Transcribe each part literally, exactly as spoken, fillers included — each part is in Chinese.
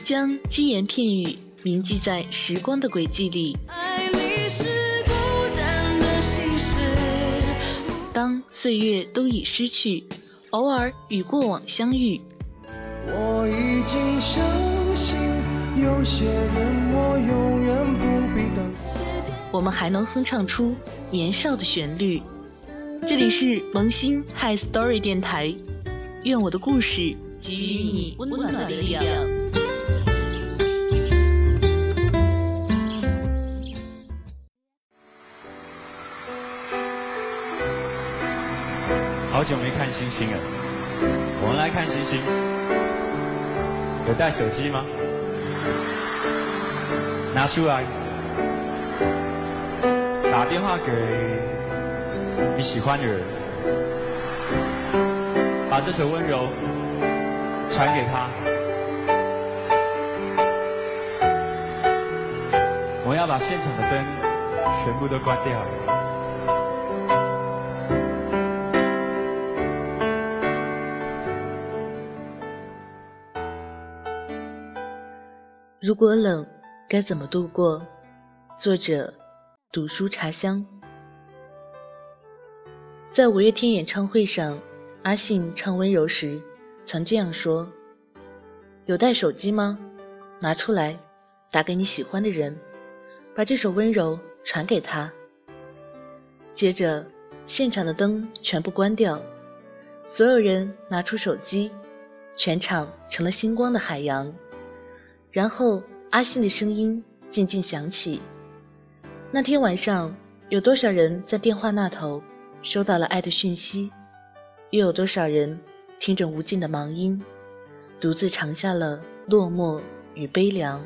将只言片语铭记在时光的轨迹里。 爱你是孤单的心事。 当岁月都已失去，偶尔与过往相遇。 我已经相信，有些人我永远不必等。 我们还能哼唱出年少的旋律。这里是萌新 Hi Story 电台，愿我的故事给予你温暖的力量。 好久没看星星了，我们来看星星。有带手机吗？拿出来，打电话给你喜欢的人，把这首温柔传给他。我们要把现场的灯全部都关掉。 如果冷，该怎么度过？作者：读书茶香。在五月天演唱会上，阿信唱《温柔》时，曾这样说：有带手机吗？拿出来，打给你喜欢的人，把这首温柔传给他。接着，现场的灯全部关掉，所有人拿出手机，全场成了星光的海洋。然后阿信的声音静静响起。那天晚上，有多少人在电话那头收到了爱的讯息，又有多少人听着无尽的忙音，独自尝下了落寞与悲凉。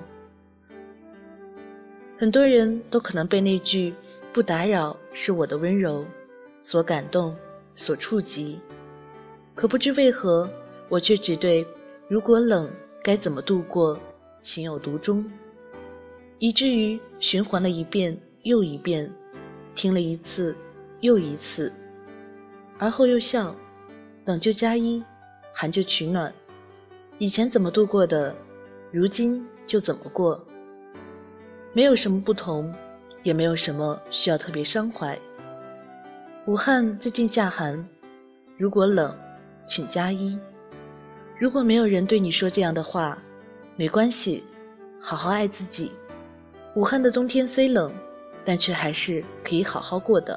很多人都可能被那句不打扰是我的温柔所感动，所触及，可不知为何，我却只对如果冷该怎么度过情有独钟，以至于循环了一遍又一遍，听了一次又一次，而后又笑，冷就加衣，寒就取暖，以前怎么度过的，如今就怎么过，没有什么不同，也没有什么需要特别伤怀。武汉最近下寒，如果冷，请加衣。如果没有人对你说这样的话，没关系，好好爱自己。武汉的冬天虽冷，但却还是可以好好过的。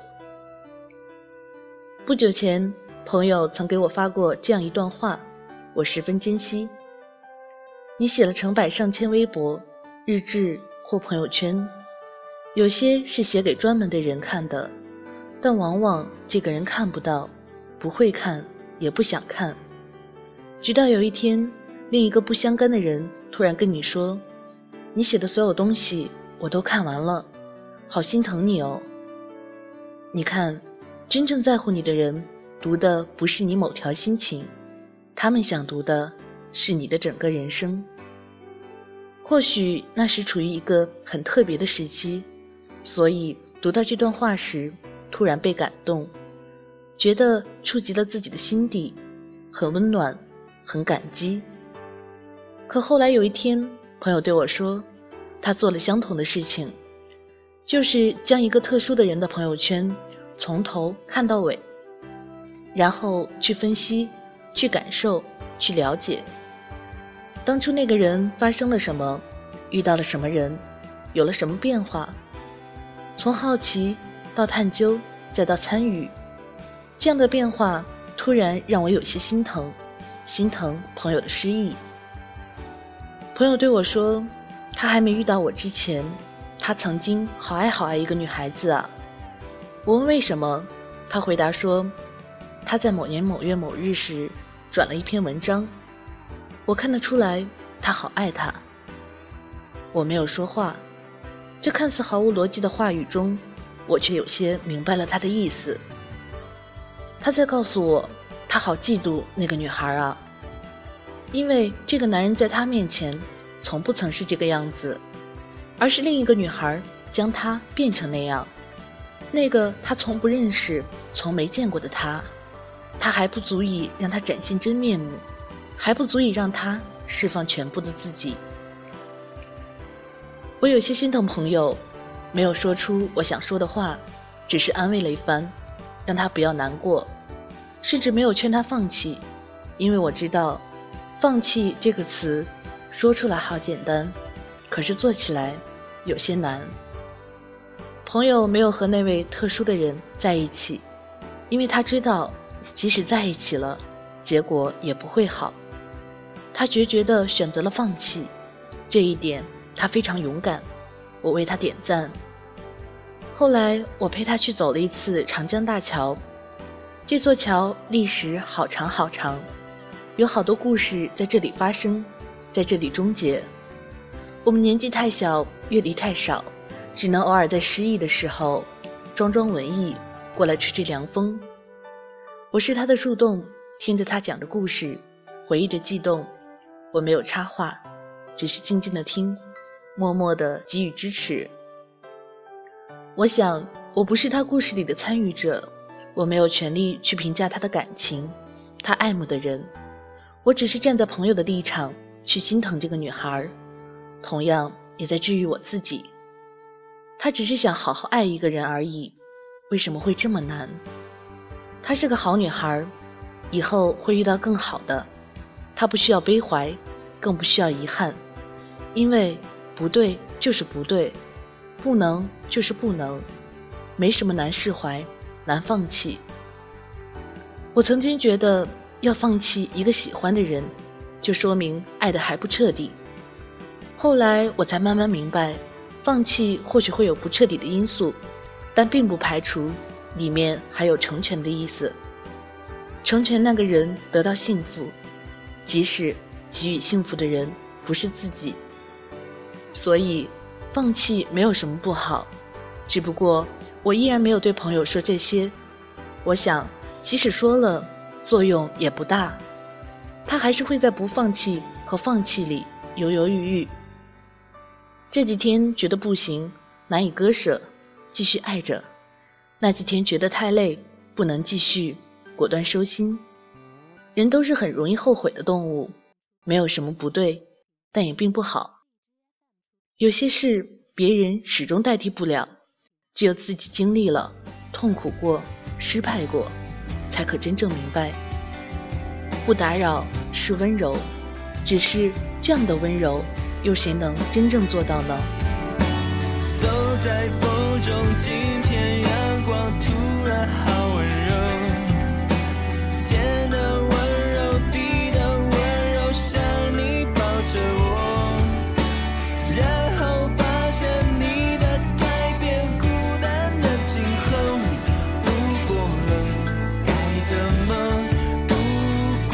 不久前，朋友曾给我发过这样一段话，我十分珍惜。你写了成百上千微博、日志或朋友圈，有些是写给专门的人看的，但往往这个人看不到，不会看，也不想看。直到有一天，另一个不相干的人突然跟你说，你写的所有东西我都看完了，好心疼你哦。你看，真正在乎你的人读的不是你某条心情，他们想读的是你的整个人生。或许那时处于一个很特别的时期，所以读到这段话时突然被感动，觉得触及了自己的心底，很温暖，很感激。可后来有一天，朋友对我说，他做了相同的事情，就是将一个特殊的人的朋友圈从头看到尾，然后去分析，去感受，去了解当初那个人发生了什么，遇到了什么人，有了什么变化。从好奇到探究，再到参与，这样的变化突然让我有些心疼，心疼朋友的失意。朋友对我说，他还没遇到我之前，他曾经好爱好爱一个女孩子啊。我问为什么，他回答说，他在某年某月某日时转了一篇文章，我看得出来他好爱她。我没有说话，这看似毫无逻辑的话语中，我却有些明白了他的意思。他在告诉我，他好嫉妒那个女孩啊，因为这个男人在他面前从不曾是这个样子，而是另一个女孩将他变成那样。那个他从不认识，从没见过的他，他还不足以让他展现真面目，还不足以让他释放全部的自己。 我有些心疼朋友，没有说出我想说的话，只是安慰了一番，让他不要难过，甚至没有劝他放弃，因为我知道放弃这个词说出来好简单，可是做起来有些难。朋友没有和那位特殊的人在一起，因为他知道即使在一起了，结果也不会好。他决绝地选择了放弃，这一点他非常勇敢，我为他点赞。后来我陪他去走了一次长江大桥，这座桥历史好长好长，有好多故事在这里发生，在这里终结。我们年纪太小，阅历太少，只能偶尔在失意的时候装装文艺，过来吹吹凉风。我是他的树洞，听着他讲着故事，回忆着悸动。我没有插话，只是静静地听，默默地给予支持。我想我不是他故事里的参与者，我没有权利去评价他的感情，他爱慕的人，我只是站在朋友的立场去心疼这个女孩，同样也在治愈我自己。她只是想好好爱一个人而已，为什么会这么难？她是个好女孩，以后会遇到更好的。她不需要悲怀，更不需要遗憾，因为不对就是不对，不能就是不能，没什么难释怀，难放弃。我曾经觉得要放弃一个喜欢的人，就说明爱得还不彻底。后来我才慢慢明白，放弃或许会有不彻底的因素，但并不排除里面还有成全的意思，成全那个人得到幸福，即使给予幸福的人不是自己。所以放弃没有什么不好，只不过我依然没有对朋友说这些。我想即使说了，作用也不大，他还是会在不放弃和放弃里犹犹豫豫。这几天觉得不行，难以割舍，继续爱着；那几天觉得太累，不能继续，果断收心。人都是很容易后悔的动物，没有什么不对，但也并不好。有些事别人始终代替不了，只有自己经历了，痛苦过，失败过，才可真正明白。不打扰是温柔，只是这样的温柔，又谁能真正做到呢？ 走在风中，今天阳光突然好温柔，天的温柔，地的温柔，像你抱着我，然后发现你的改变，孤单的今后，路过了该怎么度过？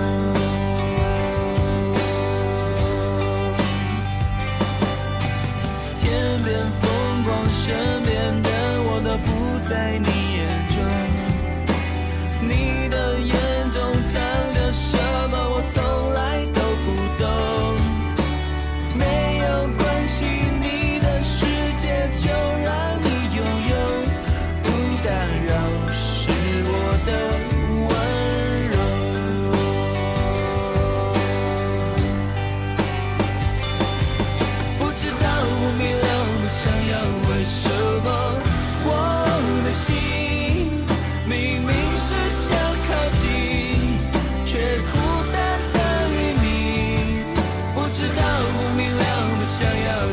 天边风光，身边的我都不在你眼中，你的眼中藏着什么，我从来都不懂。没有关系，你的世界就让你拥有，不打扰是我的温柔。不知道不明了，不想要为什么，我的心明明是想靠近，却孤单的黎明。不知道不明了，不想要